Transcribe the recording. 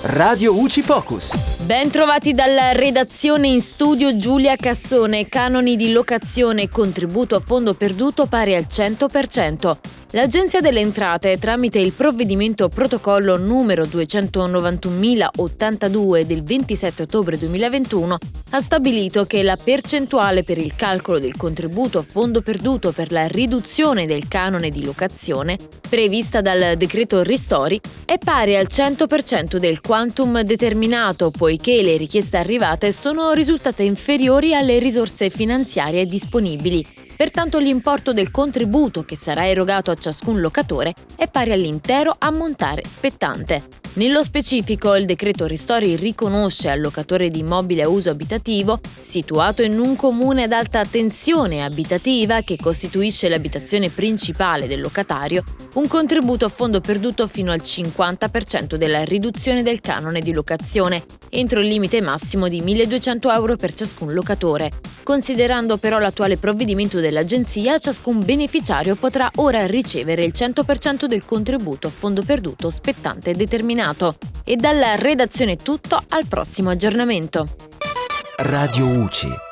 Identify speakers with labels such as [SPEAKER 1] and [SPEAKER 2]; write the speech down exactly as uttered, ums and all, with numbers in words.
[SPEAKER 1] Radio U C I Focus.
[SPEAKER 2] Ben trovati dalla redazione, in studio Giulia Cassone. Canoni di locazione e contributo a fondo perduto pari al cento per cento. L'Agenzia delle Entrate, tramite il provvedimento protocollo numero duecentonovantunomilaottantadue del ventisette ottobre duemilaventuno, ha stabilito che la percentuale per il calcolo del contributo a fondo perduto per la riduzione del canone di locazione, prevista dal decreto ristori, è pari al cento per cento del quantum determinato, poiché le richieste arrivate sono risultate inferiori alle risorse finanziarie disponibili. Pertanto l'importo del contributo che sarà erogato a ciascun locatore è pari all'intero ammontare spettante. Nello specifico, il decreto ristori riconosce al locatore di immobile a uso abitativo, situato in un comune ad alta tensione abitativa che costituisce l'abitazione principale del locatario, un contributo a fondo perduto fino al cinquanta per cento della riduzione del canone di locazione, entro il limite massimo di milleduecento euro per ciascun locatore. Considerando però l'attuale provvedimento dell'Agenzia, ciascun beneficiario potrà ora ricevere il cento per cento del contributo a fondo perduto spettante determinato. E dalla redazione è tutto, al prossimo aggiornamento.
[SPEAKER 1] Radio U C I.